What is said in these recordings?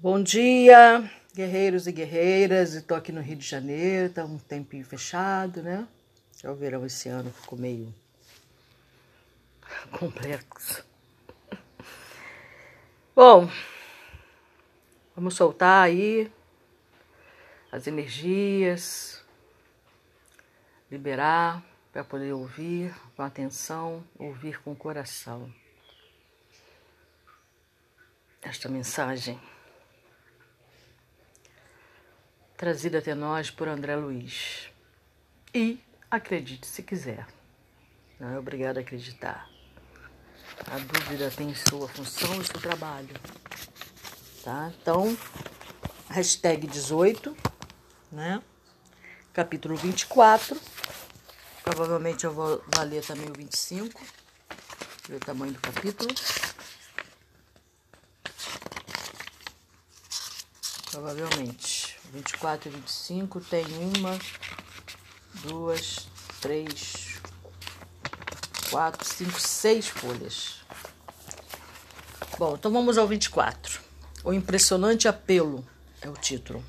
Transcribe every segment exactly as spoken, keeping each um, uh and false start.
Bom dia, guerreiros e guerreiras. Estou aqui no Rio de Janeiro, está um tempinho fechado, né? É o verão esse ano, ficou meio complexo. Bom, vamos soltar aí as energias, liberar para poder ouvir com atenção, ouvir com o coração esta mensagem trazida até nós por André Luiz. E acredite se quiser, não é obrigado a acreditar. A dúvida tem sua função e seu trabalho, tá? Então, hashtag dezoito, né? Capítulo vinte e quatro. Provavelmente eu vou ler também o vinte e cinco, ver o tamanho do capítulo. Provavelmente. vinte e quatro e vinte e cinco tem uma, duas, três, quatro, cinco, seis folhas. Bom, então vamos ao vinte e quatro. O impressionante apelo é o título.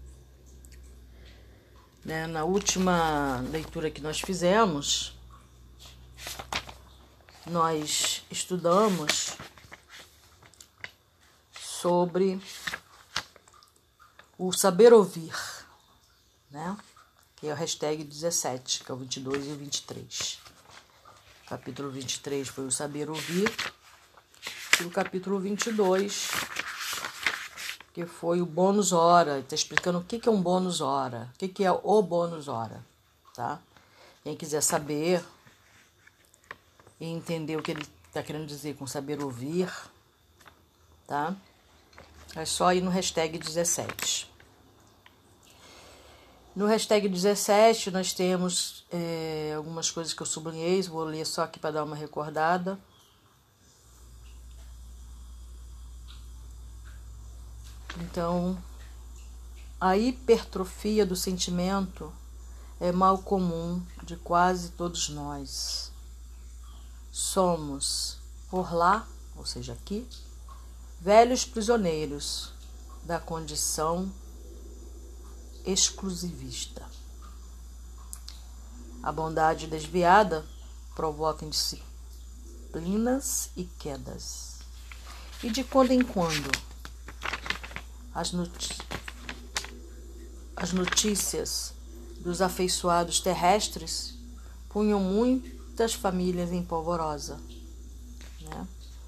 Né? Na última leitura que nós fizemos, nós estudamos sobre o saber ouvir, né? Que é o hashtag dezessete, que é o vinte e dois e o vinte e três. O capítulo vinte e três foi o saber ouvir, e o capítulo vinte e dois, que foi o bônus hora. Está explicando o que é um bônus hora, o que é o bônus hora, tá? Quem quiser saber e entender o que ele está querendo dizer com saber ouvir, tá? É só ir no hashtag dezessete. No hashtag dezessete nós temos é, algumas coisas que eu sublinhei, vou ler só aqui para dar uma recordada. Então, a hipertrofia do sentimento é mal comum de quase todos nós. Somos, por lá, ou seja, aqui, velhos prisioneiros da condição exclusivista. A bondade desviada provoca indisciplinas e quedas. E de quando em quando, as, noti- as notícias dos afeiçoados terrestres punham muitas famílias em polvorosa, né?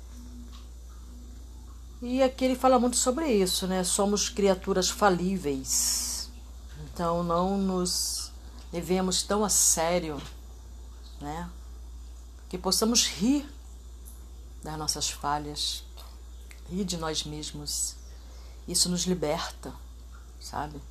E aqui ele fala muito sobre isso, né? Somos criaturas falíveis. Então não nos levemos tão a sério, né? Que possamos rir das nossas falhas, rir de nós mesmos. Isso nos liberta, sabe?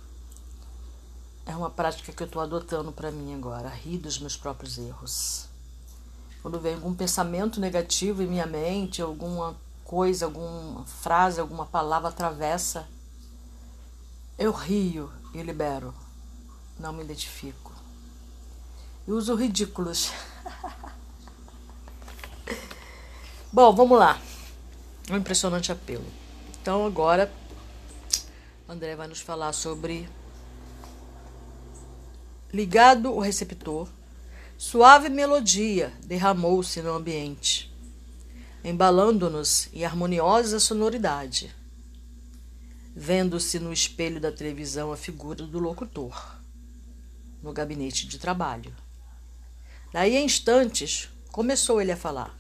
É uma prática que eu estou adotando para mim agora, rir dos meus próprios erros. Quando vem algum pensamento negativo em minha mente, alguma coisa, alguma frase, alguma palavra atravessa, eu rio e libero, não me identifico. E uso ridículos. Bom, vamos lá. Um impressionante apelo. Então agora, André vai nos falar sobre ligado o receptor, suave melodia derramou-se no ambiente, embalando-nos em harmoniosa sonoridade. Vendo-se no espelho da televisão a figura do locutor, no gabinete de trabalho. Daí a instantes, começou ele a falar.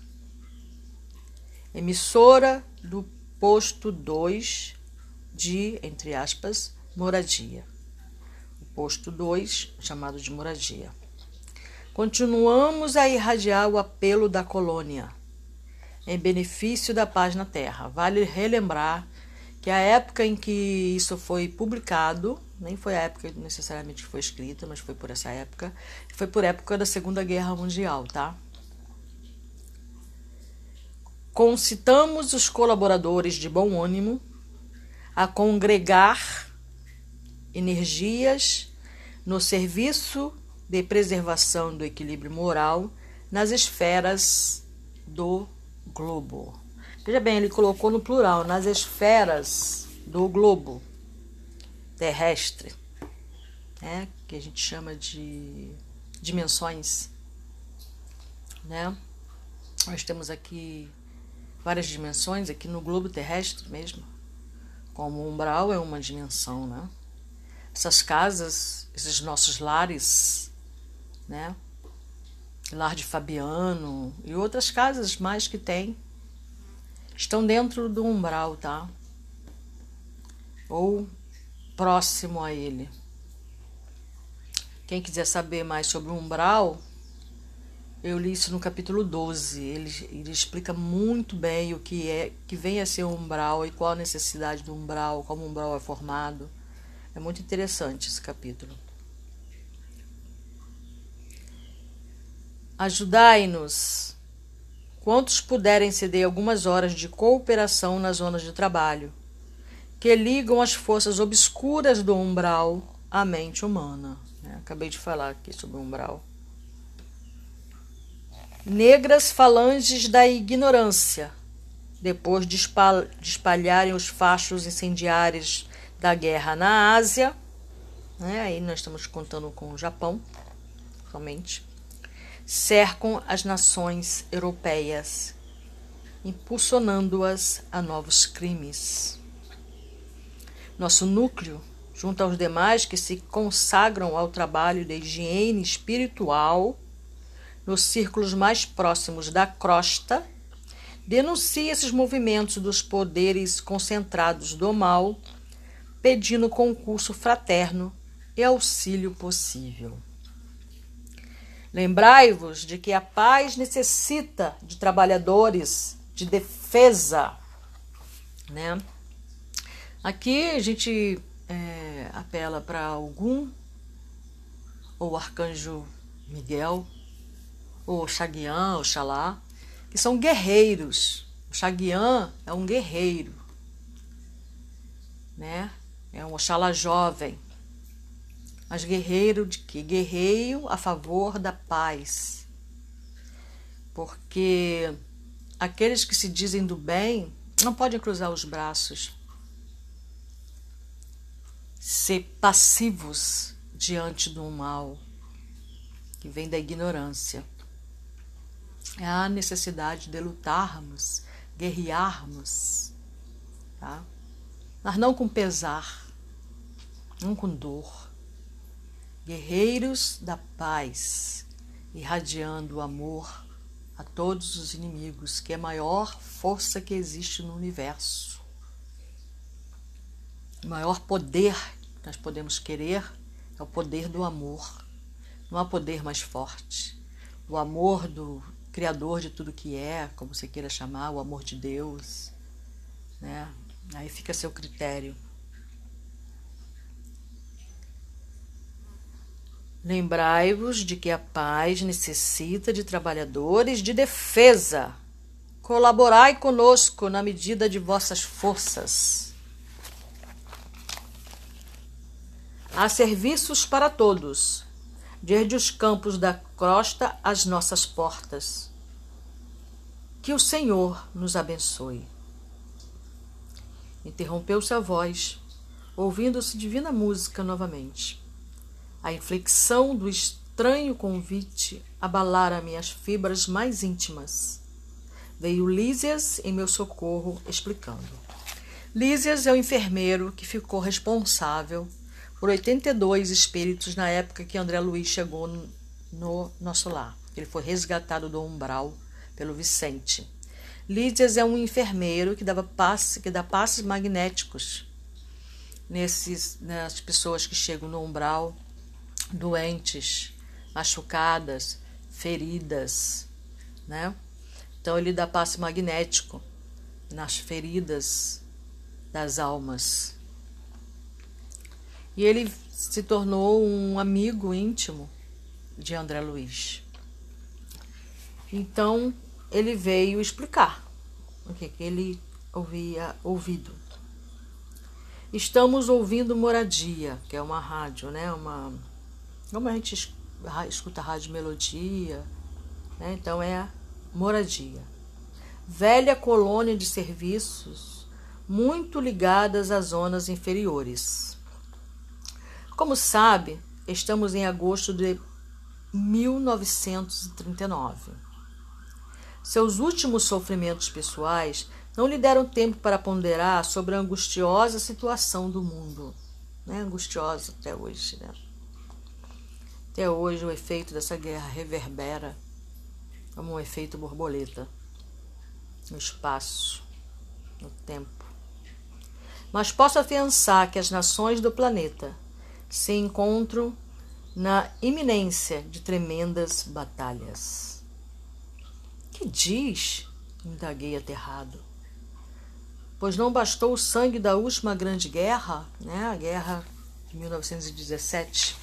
Emissora do posto dois de, entre aspas, moradia. O posto dois, chamado de moradia. Continuamos a irradiar o apelo da colônia, em benefício da paz na Terra. Vale relembrar que a época em que isso foi publicado, nem foi a época necessariamente que foi escrita, mas foi por essa época, foi por época da Segunda Guerra Mundial, tá? Concitamos os colaboradores de bom ânimo a congregar energias no serviço de preservação do equilíbrio moral nas esferas do globo. Veja bem, ele colocou no plural, nas esferas do globo terrestre, né, que a gente chama de dimensões, né? Nós temos aqui várias dimensões aqui no globo terrestre mesmo, como o umbral é uma dimensão, né? Essas casas, esses nossos lares, né? Lar de Fabiano e outras casas mais que tem, estão dentro do umbral, tá? Ou próximo a ele. Quem quiser saber mais sobre o umbral, eu li isso no capítulo doze. Ele, ele explica muito bem o que é, que vem a ser o umbral e qual a necessidade do umbral, como o umbral é formado. É muito interessante esse capítulo. Ajudai-nos, quantos puderem ceder algumas horas de cooperação nas zonas de trabalho, que ligam as forças obscuras do umbral à mente humana. Acabei de falar aqui sobre o umbral. Negras falanges da ignorância, depois de espalharem os fachos incendiários da guerra na Ásia, né, aí nós estamos contando com o Japão, somente, cercam as nações europeias, impulsionando-as a novos crimes. Nosso núcleo, junto aos demais que se consagram ao trabalho de higiene espiritual, nos círculos mais próximos da crosta, denuncia esses movimentos dos poderes concentrados do mal, pedindo concurso fraterno e auxílio possível. Lembrai-vos de que a paz necessita de trabalhadores de defesa, né? Aqui a gente é, apela para Ogum, ou Arcanjo Miguel, ou Xaguiã, Oxalá, que são guerreiros. O Xaguiã é um guerreiro, né? É um Oxalá jovem. Mas guerreiro de quê? Guerreiro a favor da paz. Porque aqueles que se dizem do bem não podem cruzar os braços, ser passivos diante do mal que vem da ignorância. É a necessidade de lutarmos, guerrearmos, tá? Mas não com pesar, não com dor. Guerreiros da paz, irradiando o amor a todos os inimigos, que é a maior força que existe no universo. O maior poder que nós podemos querer é o poder do amor. Não há poder mais forte. O amor do Criador de tudo que é, como você queira chamar, o amor de Deus, né? Aí fica a seu critério. Lembrai-vos de que a paz necessita de trabalhadores de defesa. Colaborai conosco na medida de vossas forças. Há serviços para todos, desde os campos da crosta às nossas portas. Que o Senhor nos abençoe. Interrompeu-se a voz, ouvindo-se divina música novamente. A inflexão do estranho convite abalara minhas fibras mais íntimas. Veio Lísias em meu socorro, explicando. Lísias é o enfermeiro que ficou responsável por oitenta e dois espíritos na época que André Luiz chegou no nosso lar. Ele foi resgatado do umbral pelo Vicente. Lísias é um enfermeiro que, dava passe, que dá passes magnéticos nesses, nas pessoas que chegam no umbral, doentes, machucadas, feridas, né? Então ele dá passe magnético nas feridas das almas. E ele se tornou um amigo íntimo de André Luiz. Então ele veio explicar o que, que ele havia ouvido. Estamos ouvindo Moradia, que é uma rádio, né? Uma, como a gente escuta a rádio Melodia, né? Então é Moradia. Velha colônia de serviços, muito ligadas às zonas inferiores. Como sabe, estamos em agosto de mil novecentos e trinta e nove. Seus últimos sofrimentos pessoais não lhe deram tempo para ponderar sobre a angustiosa situação do mundo. Né? Angustiosa até hoje. Né? Até hoje o efeito dessa guerra reverbera como um efeito borboleta no espaço, no tempo. Mas posso afiançar que as nações do planeta se encontram na iminência de tremendas batalhas. Que diz? Indaguei aterrado. Pois não bastou o sangue da última grande guerra, né? A guerra de mil novecentos e dezessete.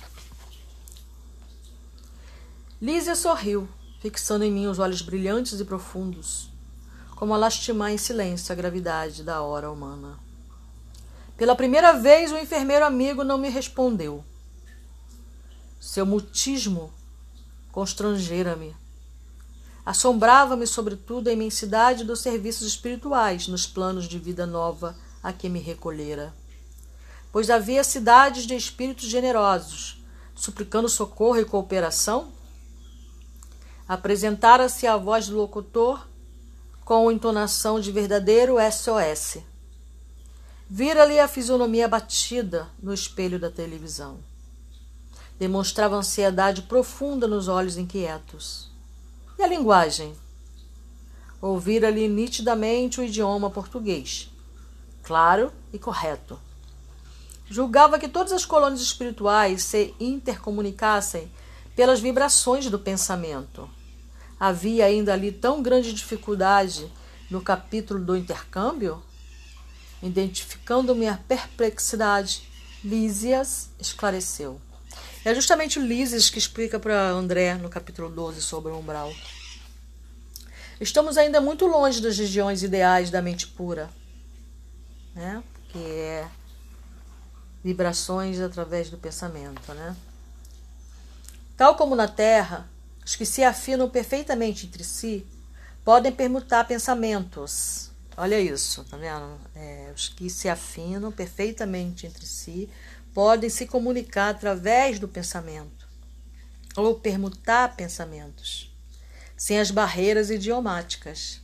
Lísia sorriu, fixando em mim os olhos brilhantes e profundos, como a lastimar em silêncio a gravidade da hora humana. Pela primeira vez, o enfermeiro amigo não me respondeu. Seu mutismo constrangera-me. Assombrava-me, sobretudo, a imensidade dos serviços espirituais nos planos de vida nova a que me recolhera. Pois havia cidades de espíritos generosos, suplicando socorro e cooperação. Apresentara-se a voz do locutor com entonação de verdadeiro S O S. Vira-lhe a fisionomia abatida no espelho da televisão. Demonstrava ansiedade profunda nos olhos inquietos. E a linguagem? Ouvira-lhe nitidamente o idioma português, claro e correto. Julgava que todas as colônias espirituais se intercomunicassem pelas vibrações do pensamento. Havia ainda ali tão grande dificuldade no capítulo do intercâmbio? Identificando minha perplexidade, Lísias esclareceu. É justamente o Lísias que explica para André no capítulo doze sobre o umbral. Estamos ainda muito longe das regiões ideais da mente pura, né? Que é vibrações através do pensamento, né? Tal como na Terra, os que se afinam perfeitamente entre si podem permutar pensamentos. Olha isso, tá vendo? É, os que se afinam perfeitamente entre si podem se comunicar através do pensamento ou permutar pensamentos, sem as barreiras idiomáticas.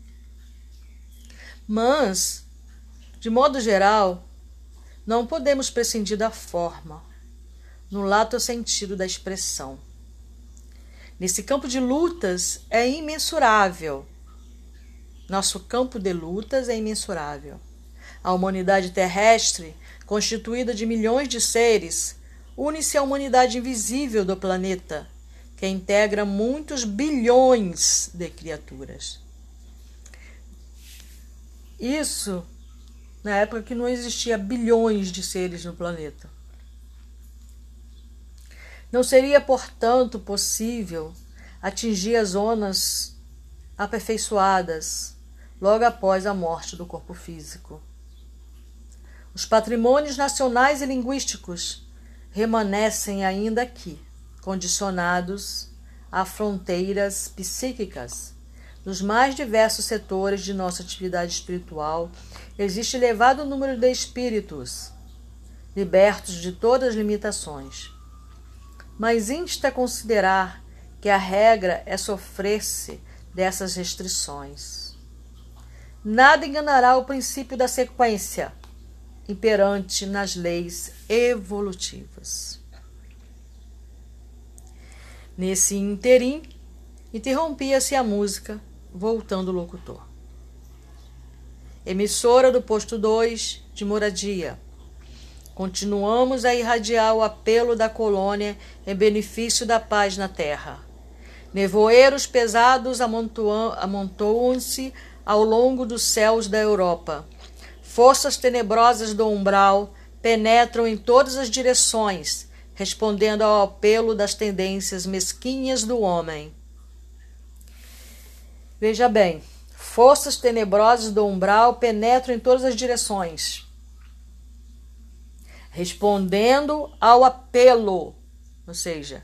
Mas, de modo geral, não podemos prescindir da forma, no lato sentido da expressão. Nesse campo de lutas é imensurável. Nosso campo de lutas é imensurável. A humanidade terrestre, constituída de milhões de seres, une-se à humanidade invisível do planeta, que integra muitos bilhões de criaturas. Isso na época que não existia bilhões de seres no planeta. Não seria, portanto, possível atingir as zonas aperfeiçoadas logo após a morte do corpo físico. Os patrimônios nacionais e linguísticos remanescem ainda aqui, condicionados a fronteiras psíquicas. Nos mais diversos setores de nossa atividade espiritual, existe elevado número de espíritos, libertos de todas as limitações. Mas insta a considerar que a regra é sofrer-se dessas restrições. Nada enganará o princípio da sequência imperante nas leis evolutivas. Nesse interim, interrompia-se a música, voltando o locutor. Emissora do posto dois de Moradia. Continuamos a irradiar o apelo da colônia em benefício da paz na terra. Nevoeiros pesados amontoam-se ao longo dos céus da Europa. Forças tenebrosas do umbral penetram em todas as direções, respondendo ao apelo das tendências mesquinhas do homem. Veja bem, forças tenebrosas do umbral penetram em todas as direções, respondendo ao apelo, ou seja,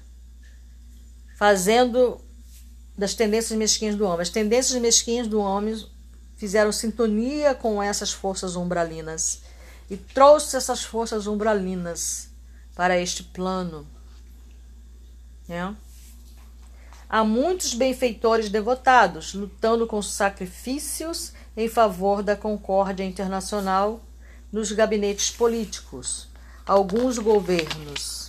fazendo das tendências mesquinhas do homem. As tendências mesquinhas do homem fizeram sintonia com essas forças umbralinas e trouxe essas forças umbralinas para este plano. Né? Há muitos benfeitores devotados lutando com sacrifícios em favor da concórdia internacional nos gabinetes políticos, alguns governos.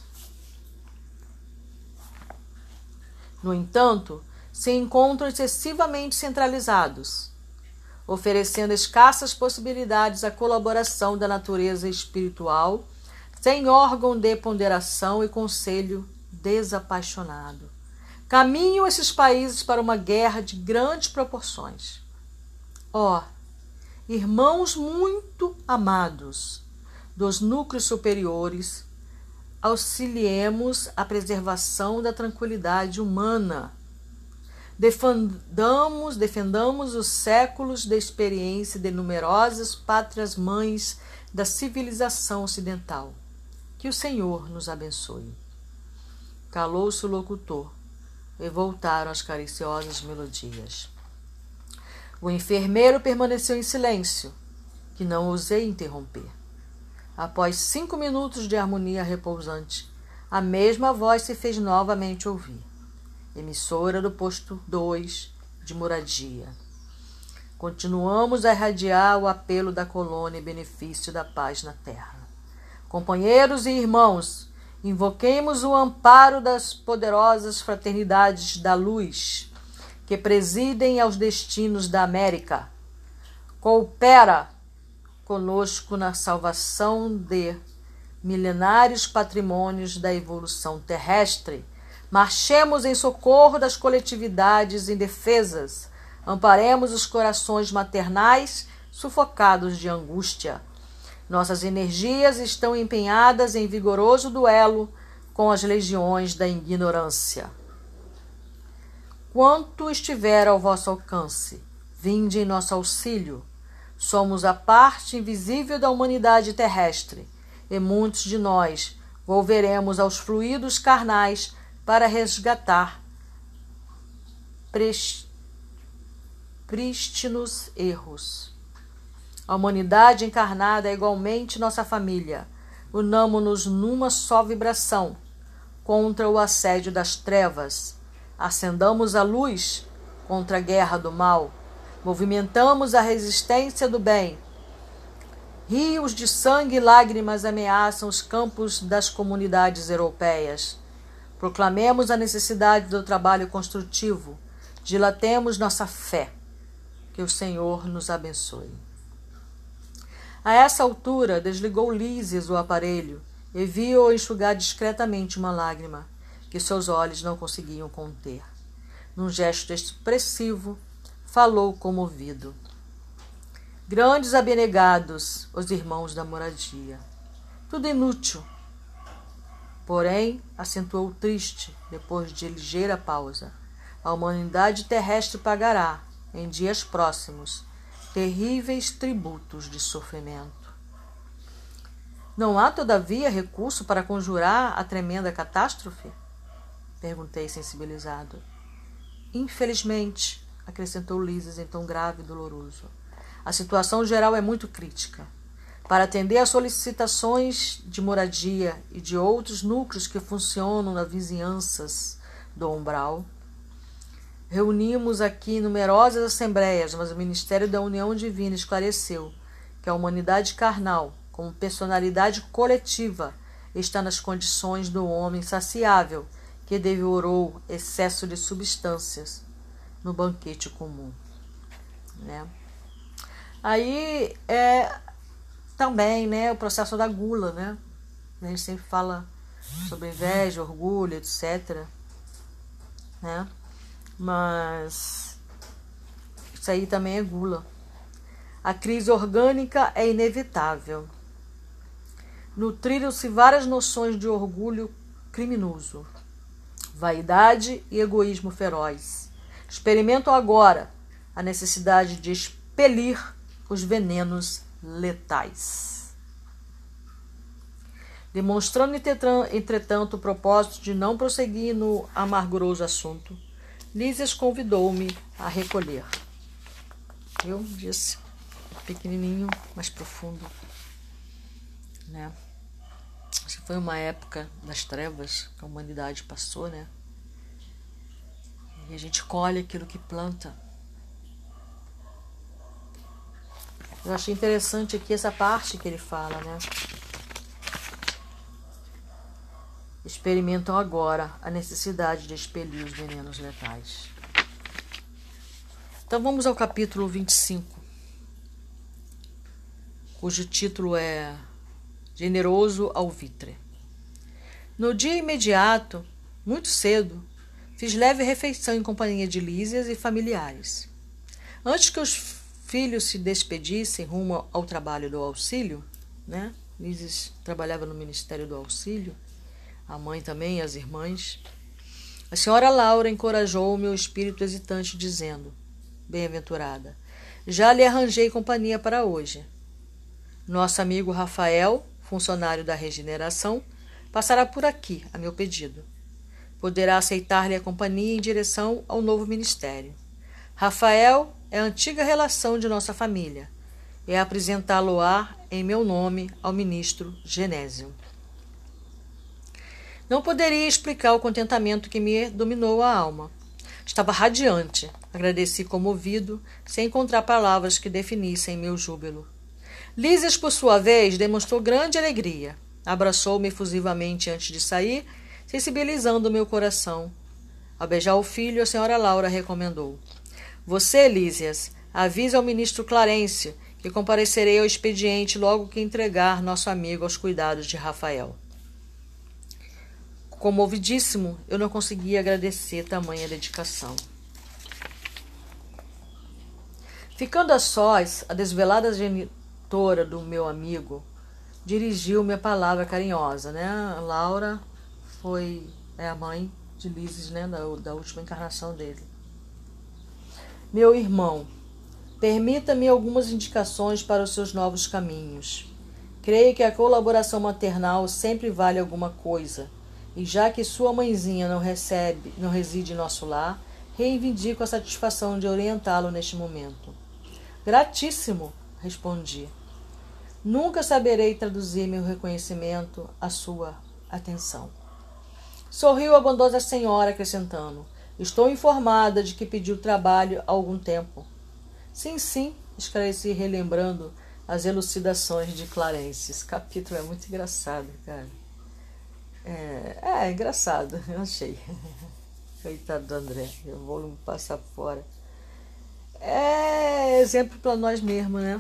No entanto, se encontram excessivamente centralizados, oferecendo escassas possibilidades à colaboração da natureza espiritual, sem órgão de ponderação e conselho desapaixonado. Caminham esses países para uma guerra de grandes proporções. Ó, irmãos muito amados dos núcleos superiores, auxiliemos a preservação da tranquilidade humana. Defendamos, defendamos os séculos de experiência de numerosas pátrias-mães da civilização ocidental. Que o Senhor nos abençoe. Calou-se o locutor e voltaram as cariciosas melodias. O enfermeiro permaneceu em silêncio, que não ousei interromper. Após cinco minutos de harmonia repousante, a mesma voz se fez novamente ouvir. Emissora do posto dois de Moradia. Continuamos a irradiar o apelo da colônia em benefício da paz na terra. Companheiros e irmãos, invoquemos o amparo das poderosas fraternidades da luz, que presidem aos destinos da América. Coopera conosco na salvação de milenários patrimônios da evolução terrestre. Marchemos em socorro das coletividades indefesas. Amparemos os corações maternais sufocados de angústia. Nossas energias estão empenhadas em vigoroso duelo com as legiões da ignorância. Quanto estiver ao vosso alcance, vinde em nosso auxílio. Somos a parte invisível da humanidade terrestre, e muitos de nós volveremos aos fluidos carnais para resgatar prístinos erros. A humanidade encarnada é igualmente nossa família. Unamo-nos numa só vibração contra o assédio das trevas. Acendamos a luz contra a guerra do mal. Movimentamos a resistência do bem. Rios de sangue e lágrimas ameaçam os campos das comunidades europeias. Proclamemos a necessidade do trabalho construtivo. Dilatemos nossa fé. Que o Senhor nos abençoe. A essa altura, desligou Lísias o aparelho e viu-o enxugar discretamente uma lágrima que seus olhos não conseguiam conter. Num gesto expressivo, falou comovido. Grandes abnegados, os irmãos da Moradia. Tudo inútil. Porém, acentuou triste, depois de ligeira pausa, a humanidade terrestre pagará, em dias próximos, terríveis tributos de sofrimento. Não há, todavia, recurso para conjurar a tremenda catástrofe? Perguntei sensibilizado. Infelizmente, acrescentou Lísias em tom grave e doloroso, a situação geral é muito crítica. Para atender às solicitações de Moradia e de outros núcleos que funcionam nas vizinhanças do umbral, reunimos aqui numerosas assembleias, mas o Ministério da União Divina esclareceu que a humanidade carnal, como personalidade coletiva, está nas condições do homem saciável que devorou excesso de substâncias no banquete comum. Né? Aí é também, né, o processo da gula, né? A gente sempre fala sobre inveja, orgulho, etcétera. Né? Mas isso aí também é gula. A crise orgânica é inevitável. Nutriram-se várias noções de orgulho criminoso, vaidade e egoísmo feroz. Experimentam agora a necessidade de expelir os venenos letais. Demonstrando, entretanto, o propósito de não prosseguir no amarguroso assunto, Lísias convidou-me a recolher. Eu disse, pequenininho, mas profundo, né? Essa foi uma época das trevas que a humanidade passou, né? E a gente colhe aquilo que planta. Eu achei interessante aqui essa parte que ele fala, né? Experimentam agora a necessidade de expelir os venenos letais. Então vamos ao capítulo vinte e cinco, cujo título é Generoso Alvitre. No dia imediato, muito cedo, fiz leve refeição em companhia de Lísias e familiares. Antes que os filhos se despedissem rumo ao trabalho do auxílio, né? Lísias trabalhava no Ministério do Auxílio, a mãe também, as irmãs. A senhora Laura encorajou o meu espírito hesitante, dizendo: bem-aventurada, já lhe arranjei companhia para hoje. Nosso amigo Rafael, funcionário da regeneração, passará por aqui, a meu pedido. Poderá aceitar-lhe a companhia em direção ao novo ministério. Rafael é a antiga relação de nossa família. É apresentá-lo-á em meu nome ao ministro Genésio. Não poderia explicar o contentamento que me dominou a alma. Estava radiante, agradeci comovido, sem encontrar palavras que definissem meu júbilo. Lísias, por sua vez, demonstrou grande alegria. Abraçou-me efusivamente antes de sair, sensibilizando meu coração. Ao beijar o filho, a senhora Laura recomendou: você, Lísias, avise ao ministro Clarence que comparecerei ao expediente logo que entregar nosso amigo aos cuidados de Rafael. Comovidíssimo, eu não conseguia agradecer tamanha dedicação. Ficando a sós, a desvelada genitora do meu amigo dirigiu-me a palavra carinhosa, né? A Laura foi é a mãe de Lísias, né? Da, da última encarnação dele. Meu irmão, permita-me algumas indicações para os seus novos caminhos. Creio que a colaboração maternal sempre vale alguma coisa. E já que sua mãezinha não recebe, não reside em nosso lar, reivindico a satisfação de orientá-lo neste momento. Gratíssimo, respondi. Nunca saberei traduzir meu reconhecimento à sua atenção. Sorriu a bondosa senhora, acrescentando: estou informada de que pediu trabalho há algum tempo. Sim, sim, esclareci, relembrando as elucidações de Clarence. Esse capítulo é muito engraçado, cara. É, é engraçado, eu achei. Coitado do André, eu vou passar fora. É exemplo para nós mesmos, né?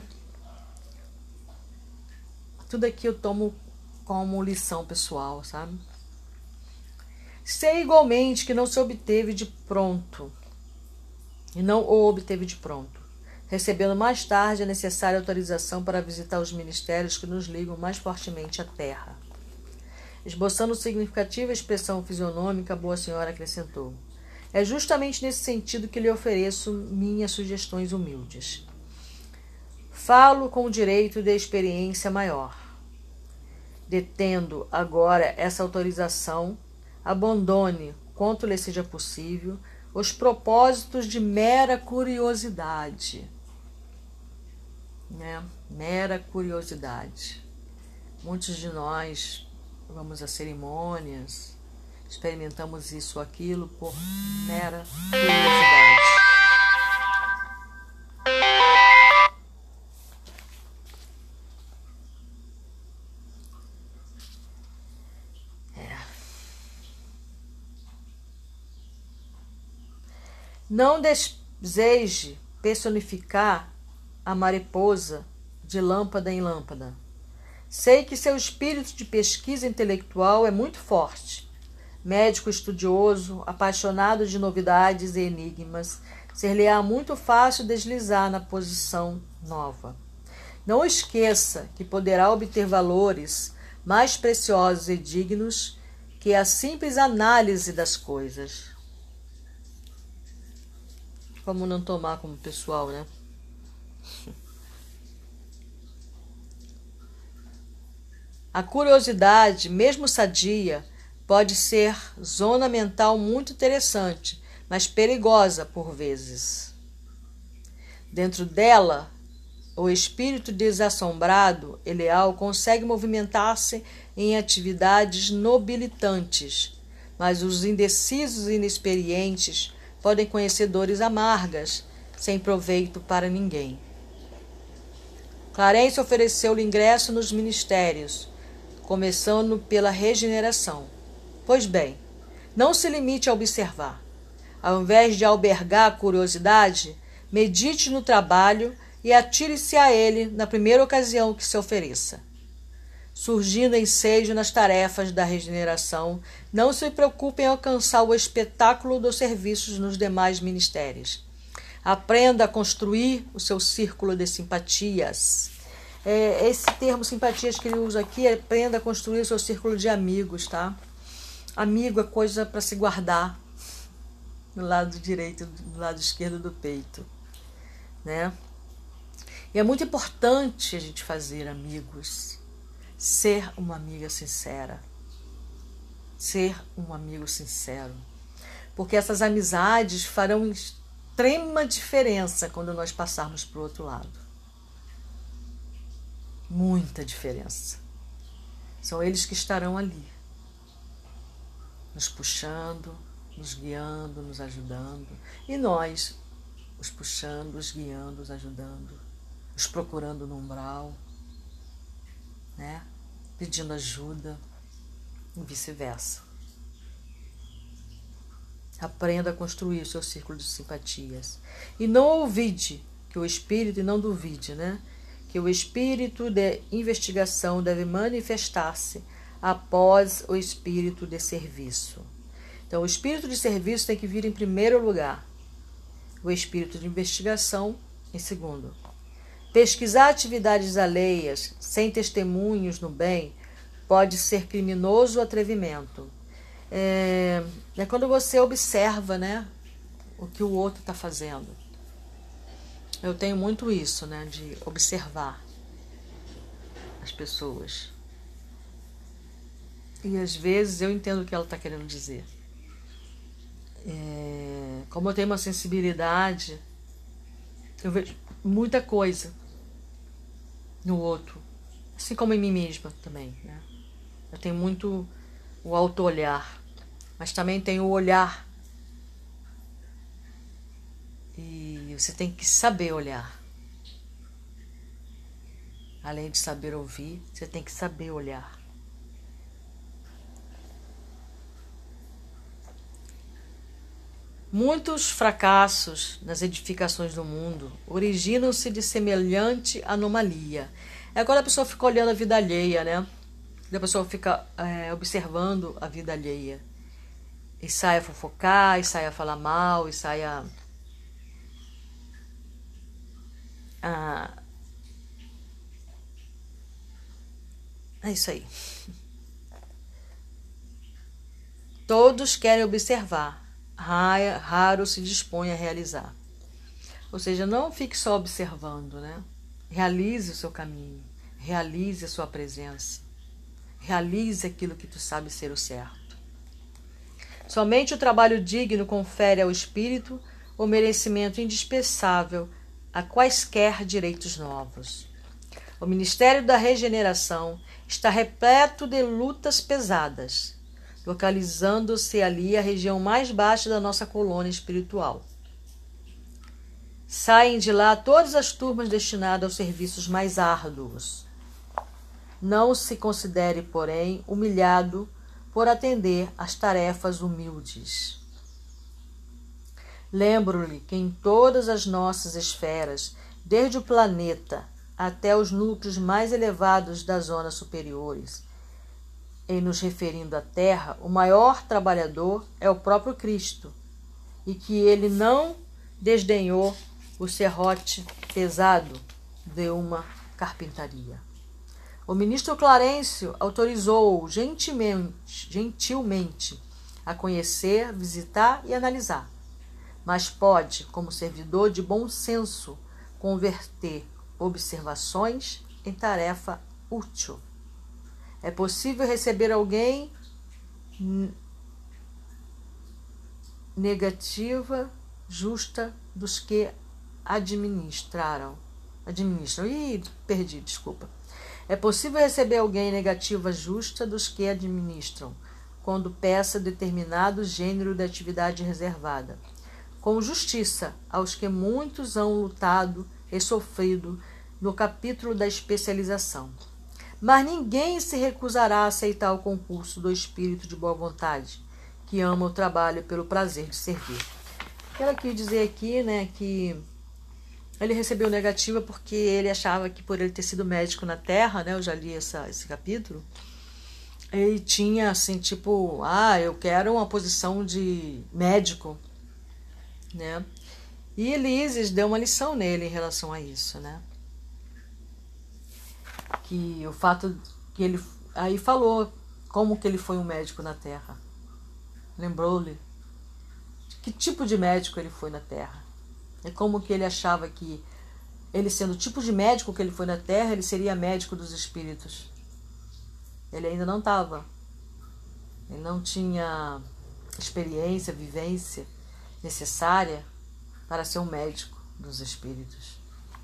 Tudo aqui eu tomo como lição pessoal, sabe? Sei igualmente que não se obteve de pronto, e não o obteve de pronto, recebendo mais tarde a necessária autorização para visitar os ministérios que nos ligam mais fortemente à terra. Esboçando significativa expressão fisionômica, a boa senhora acrescentou: é justamente nesse sentido que lhe ofereço minhas sugestões humildes. Falo com o direito de experiência maior. Detendo agora essa autorização, abandone, quanto lhe seja possível, os propósitos de mera curiosidade. Né? Mera curiosidade. Muitos de nós vamos a cerimônias, experimentamos isso ou aquilo por mera curiosidade. É. Não deseje personificar a mariposa de lâmpada em lâmpada. Sei que seu espírito de pesquisa intelectual é muito forte. Médico estudioso, apaixonado de novidades e enigmas, ser-lhe-á muito fácil deslizar na posição nova. Não esqueça que poderá obter valores mais preciosos e dignos que a simples análise das coisas. Como não tomar como pessoal, né? A curiosidade, mesmo sadia, pode ser zona mental muito interessante, mas perigosa por vezes. Dentro dela, o espírito desassombrado e leal consegue movimentar-se em atividades nobilitantes, mas os indecisos e inexperientes podem conhecer dores amargas, sem proveito para ninguém. Clarence ofereceu-lhe ingresso nos ministérios, começando pela regeneração. Pois bem, não se limite a observar. Ao invés de albergar a curiosidade, medite no trabalho e atire-se a ele na primeira ocasião que se ofereça. Surgindo ensejo nas tarefas da regeneração, não se preocupe em alcançar o espetáculo dos serviços nos demais ministérios. Aprenda a construir o seu círculo de simpatias. É, esse termo simpatias que ele usa aqui, é aprenda a construir o seu círculo de amigos, tá? Amigo é coisa para se guardar do lado direito, do lado esquerdo do peito, né? E é muito importante a gente fazer amigos, ser uma amiga sincera, ser um amigo sincero, porque essas amizades farão extrema diferença quando nós passarmos para o outro lado. Muita diferença. São eles que estarão ali, nos puxando, nos guiando, nos ajudando, e nós os puxando, os guiando, os ajudando, os procurando no umbral, né? Pedindo ajuda e vice-versa. Aprenda a construir o seu círculo de simpatias. E não ouvide que o espírito, e não duvide, né? Que o espírito de investigação deve manifestar-se após o espírito de serviço. Então, o espírito de serviço tem que vir em primeiro lugar. O espírito de investigação em segundo. Pesquisar atividades alheias sem testemunhos no bem pode ser criminoso atrevimento. É, é quando você observa, né, o que o outro está fazendo. Eu tenho muito isso, né, de observar as pessoas. E às vezes eu entendo o que ela está querendo dizer. É, como eu tenho uma sensibilidade, eu vejo muita coisa no outro, assim como em mim mesma também, né? Eu tenho muito o auto-olhar, mas também tenho o olhar. E você tem que saber olhar. Além de saber ouvir, você tem que saber olhar. Muitos fracassos nas edificações do mundo originam-se de semelhante anomalia. É quando a pessoa fica olhando a vida alheia, né? A pessoa fica é, observando a vida alheia. E sai a fofocar, e sai a falar mal, e sai a... a... É isso aí. Todos querem observar. Raro se dispõe a realizar. Ou seja, não fique só observando, né? Realize o seu caminho, realize a sua presença, realize aquilo que tu sabe ser o certo. Somente o trabalho digno confere ao espírito o merecimento indispensável a quaisquer direitos novos. O Ministério da Regeneração está repleto de lutas pesadas, localizando-se ali a região mais baixa da nossa colônia espiritual. Saem de lá todas as turmas destinadas aos serviços mais árduos. Não se considere, porém, humilhado por atender às tarefas humildes. Lembro-lhe que em todas as nossas esferas, desde o planeta até os núcleos mais elevados das zonas superiores, em nos referindo à Terra, o maior trabalhador é o próprio Cristo, e que ele não desdenhou o serrote pesado de uma carpintaria. O ministro Clarencio autorizou-o gentilmente, gentilmente a conhecer, visitar e analisar, mas pode, como servidor de bom senso, converter observações em tarefa útil. É possível receber alguém negativa, justa, dos que administraram. Administram. Ih, perdi, desculpa. É possível receber alguém negativa justa dos que administram, quando peça determinado gênero de atividade reservada, com justiça aos que muitos hão lutado e sofrido no capítulo da especialização. Mas ninguém se recusará a aceitar o concurso do espírito de boa vontade, que ama o trabalho pelo prazer de servir. Ela quis dizer aqui, né, que ele recebeu negativa porque ele achava que, por ele ter sido médico na Terra, né, eu já li essa, esse capítulo, ele tinha assim, tipo, ah, eu quero uma posição de médico, né? E Elises deu uma lição nele em relação a isso, né? Que o fato que ele aí falou como que ele foi um médico na Terra. Lembrou-lhe que tipo de médico ele foi na Terra. E como que ele achava que ele, sendo o tipo de médico que ele foi na Terra, ele seria médico dos espíritos. Ele ainda não estava. Ele não tinha experiência, vivência necessária para ser um médico dos espíritos.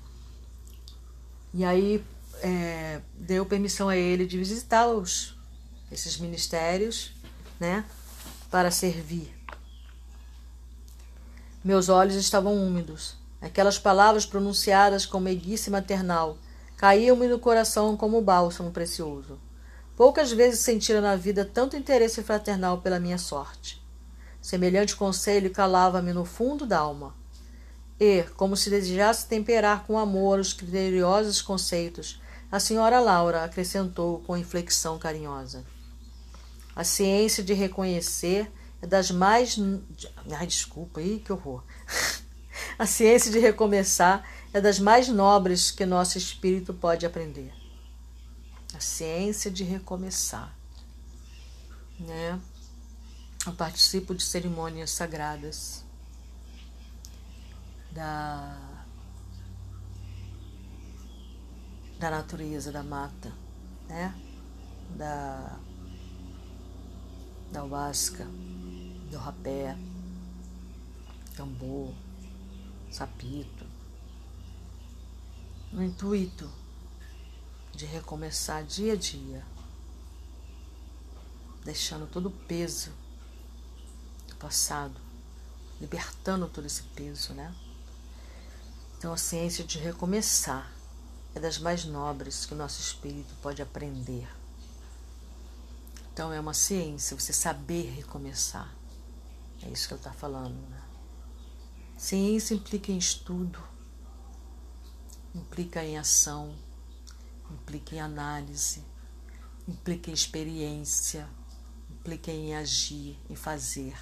E aí é, deu permissão a ele de visitar os, esses ministérios, né, para servir. Meus olhos estavam úmidos. Aquelas palavras pronunciadas com meiguice maternal caíam-me no coração como bálsamo precioso. Poucas vezes sentira na vida tanto interesse fraternal pela minha sorte. Semelhante conselho calava-me no fundo da alma. E, como se desejasse temperar com amor os criteriosos conceitos, a senhora Laura acrescentou com inflexão carinhosa: a ciência de reconhecer é das mais... Ai, desculpa, ih, que horror. A ciência de recomeçar é das mais nobres que nosso espírito pode aprender. A ciência de recomeçar, né? Eu participo de cerimônias sagradas da, da natureza, da mata, né? Da, da huasca, do rapé, tambor, sapito, no intuito de recomeçar dia a dia, deixando todo o peso do passado, libertando todo esse peso, né? Então a ciência de recomeçar é das mais nobres que o nosso espírito pode aprender. Então é uma ciência, você saber recomeçar. É isso que ele está falando, né? Ciência implica em estudo, implica em ação, implica em análise, implica em experiência, implica em agir, em fazer.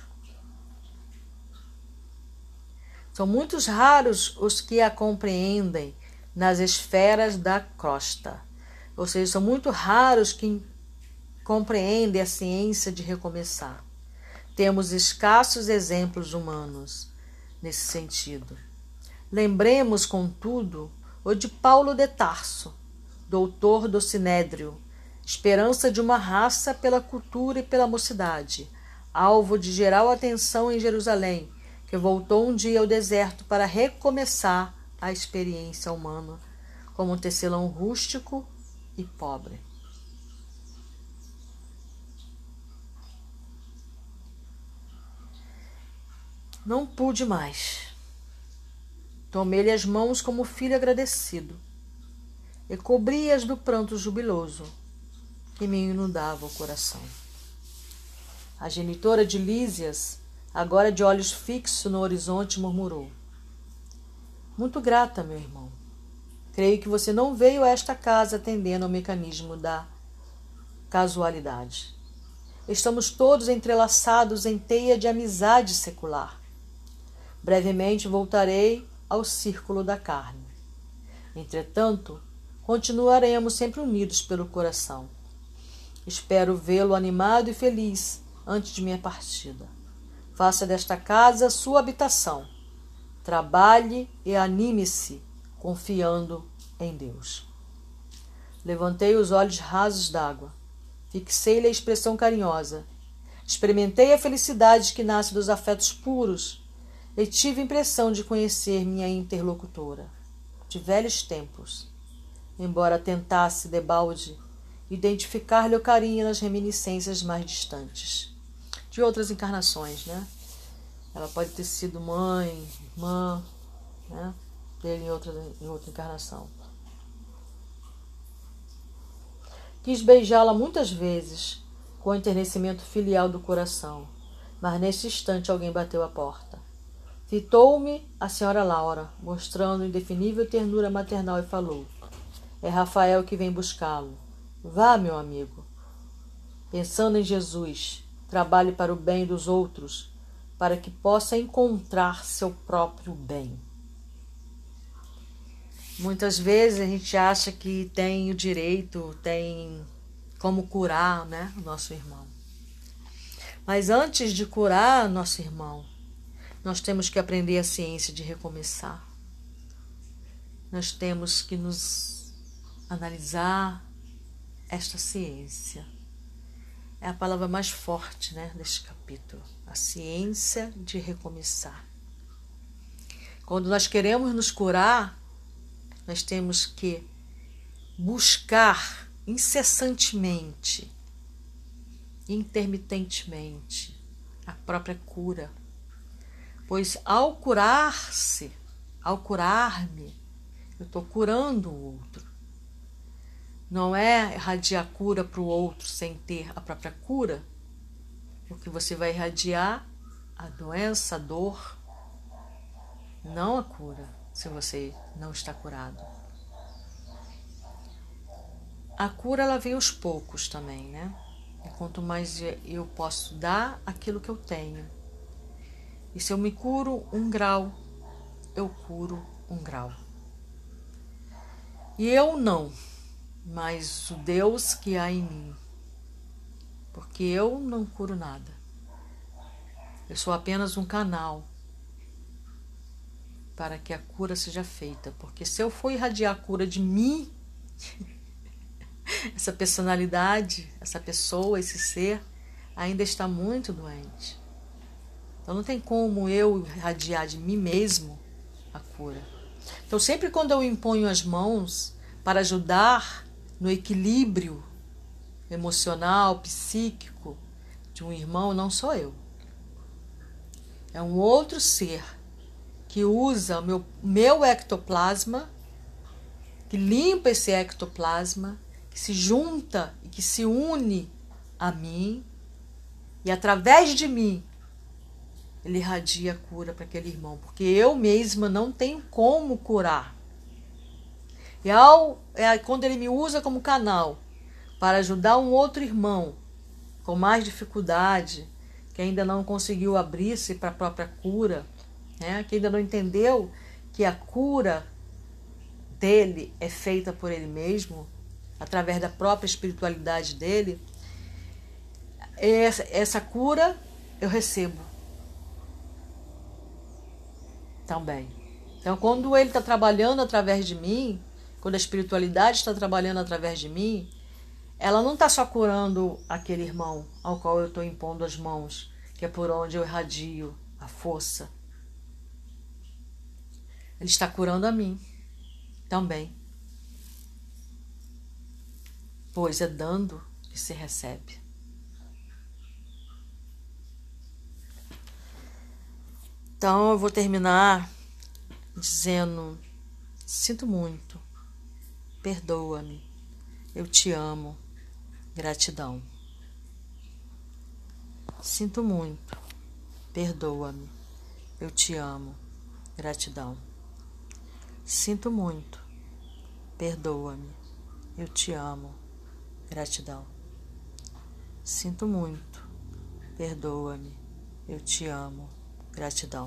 São muitos raros os que a compreendem nas esferas da crosta, ou seja, são muito raros quem compreendem a ciência de recomeçar. Temos escassos exemplos humanos nesse sentido. Lembremos, contudo, o de Paulo de Tarso, doutor do Sinédrio, esperança de uma raça pela cultura e pela mocidade, alvo de geral atenção em Jerusalém, que voltou um dia ao deserto para recomeçar a experiência humana como um tecelão rústico e pobre. Não pude mais. Tomei-lhe as mãos como filho agradecido e cobri-as do pranto jubiloso que me inundava o coração. A genitora de Lísias, agora de olhos fixos no horizonte, murmurou: muito grata, meu irmão. Creio que você não veio a esta casa atendendo ao mecanismo da casualidade. Estamos todos entrelaçados em teia de amizade secular. Brevemente voltarei ao círculo da carne. Entretanto, continuaremos sempre unidos pelo coração. Espero vê-lo animado e feliz antes de minha partida. Faça desta casa sua habitação. Trabalhe e anime-se, confiando em Deus. Levantei os olhos rasos d'água. Fixei-lhe a expressão carinhosa. Experimentei a felicidade que nasce dos afetos puros e tive a impressão de conhecer minha interlocutora, de velhos tempos, embora tentasse, debalde, identificar-lhe o carinho nas reminiscências mais distantes, de outras encarnações, né? Ela pode ter sido mãe, irmã, né? Dele em outra, em outra encarnação. Quis beijá-la muitas vezes, com o enternecimento filial do coração, mas nesse instante alguém bateu à porta. Fitou-me a senhora Laura, mostrando indefinível ternura maternal, e falou: é Rafael que vem buscá-lo. Vá, meu amigo. Pensando em Jesus, trabalhe para o bem dos outros, para que possa encontrar seu próprio bem. Muitas vezes a gente acha que tem o direito, tem como curar, né, o nosso irmão. Mas antes de curar nosso irmão, nós temos que aprender a ciência de recomeçar. Nós temos que nos analisar esta ciência. É a palavra mais forte, né, deste capítulo. A ciência de recomeçar. Quando nós queremos nos curar, nós temos que buscar incessantemente, intermitentemente, a própria cura. Pois ao curar-se, ao curar-me, eu estou curando o outro. Não é irradiar cura para o outro sem ter a própria cura, porque você vai irradiar a doença, a dor, não a cura, se você não está curado. A cura, ela vem aos poucos também, né? E quanto mais eu posso dar aquilo que eu tenho. E se eu me curo um grau, eu curo um grau. E eu não, mas o Deus que há em mim. Porque eu não curo nada. Eu sou apenas um canal para que a cura seja feita. Porque se eu for irradiar a cura de mim, essa personalidade, essa pessoa, esse ser, ainda está muito doente. Então não tem como eu irradiar de mim mesmo a cura. Então sempre quando eu imponho as mãos para ajudar no equilíbrio emocional, psíquico de um irmão, não sou eu. É um outro ser que usa o meu, meu ectoplasma, que limpa esse ectoplasma, que se junta e que se une a mim, e através de mim ele irradia a cura para aquele irmão, porque eu mesma não tenho como curar. E ao, é, quando ele me usa como canal para ajudar um outro irmão com mais dificuldade, que ainda não conseguiu abrir-se para a própria cura, né, que ainda não entendeu que a cura dele é feita por ele mesmo, através da própria espiritualidade dele, essa, essa cura eu recebo também. Então, quando ele está trabalhando através de mim, quando a espiritualidade está trabalhando através de mim, ela não está só curando aquele irmão ao qual eu estou impondo as mãos, que é por onde eu irradio a força. Ele está curando a mim também. Pois é dando que se recebe. Então eu vou terminar dizendo: sinto muito, perdoa-me, eu te amo, gratidão. Sinto muito, perdoa-me, eu te amo, gratidão. Sinto muito, perdoa-me, eu te amo, gratidão. Sinto muito, perdoa-me, eu te amo, gratidão.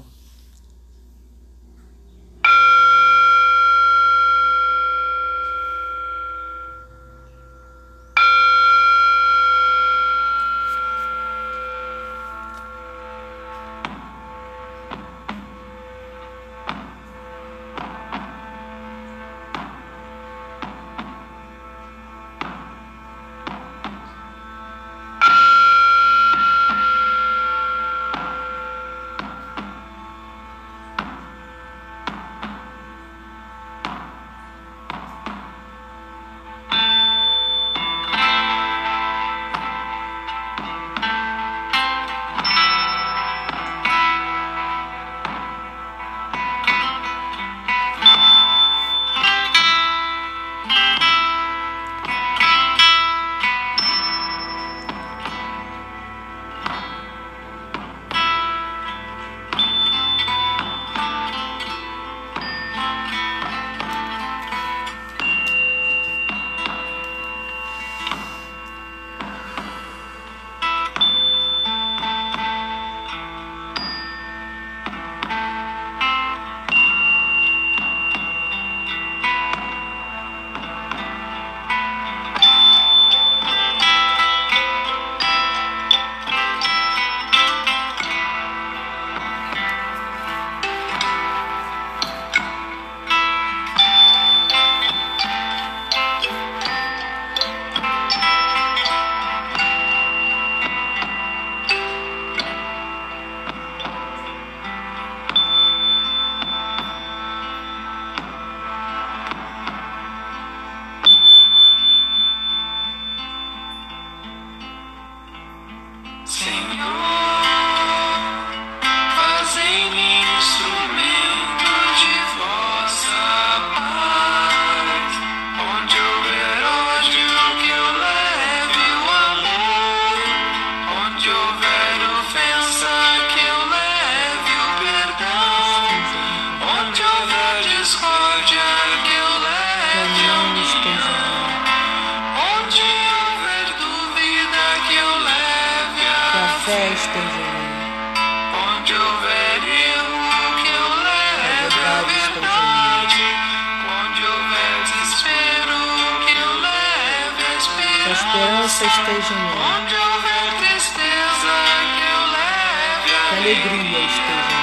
Esperança esteja em mim. Que a alegria esteja em mim.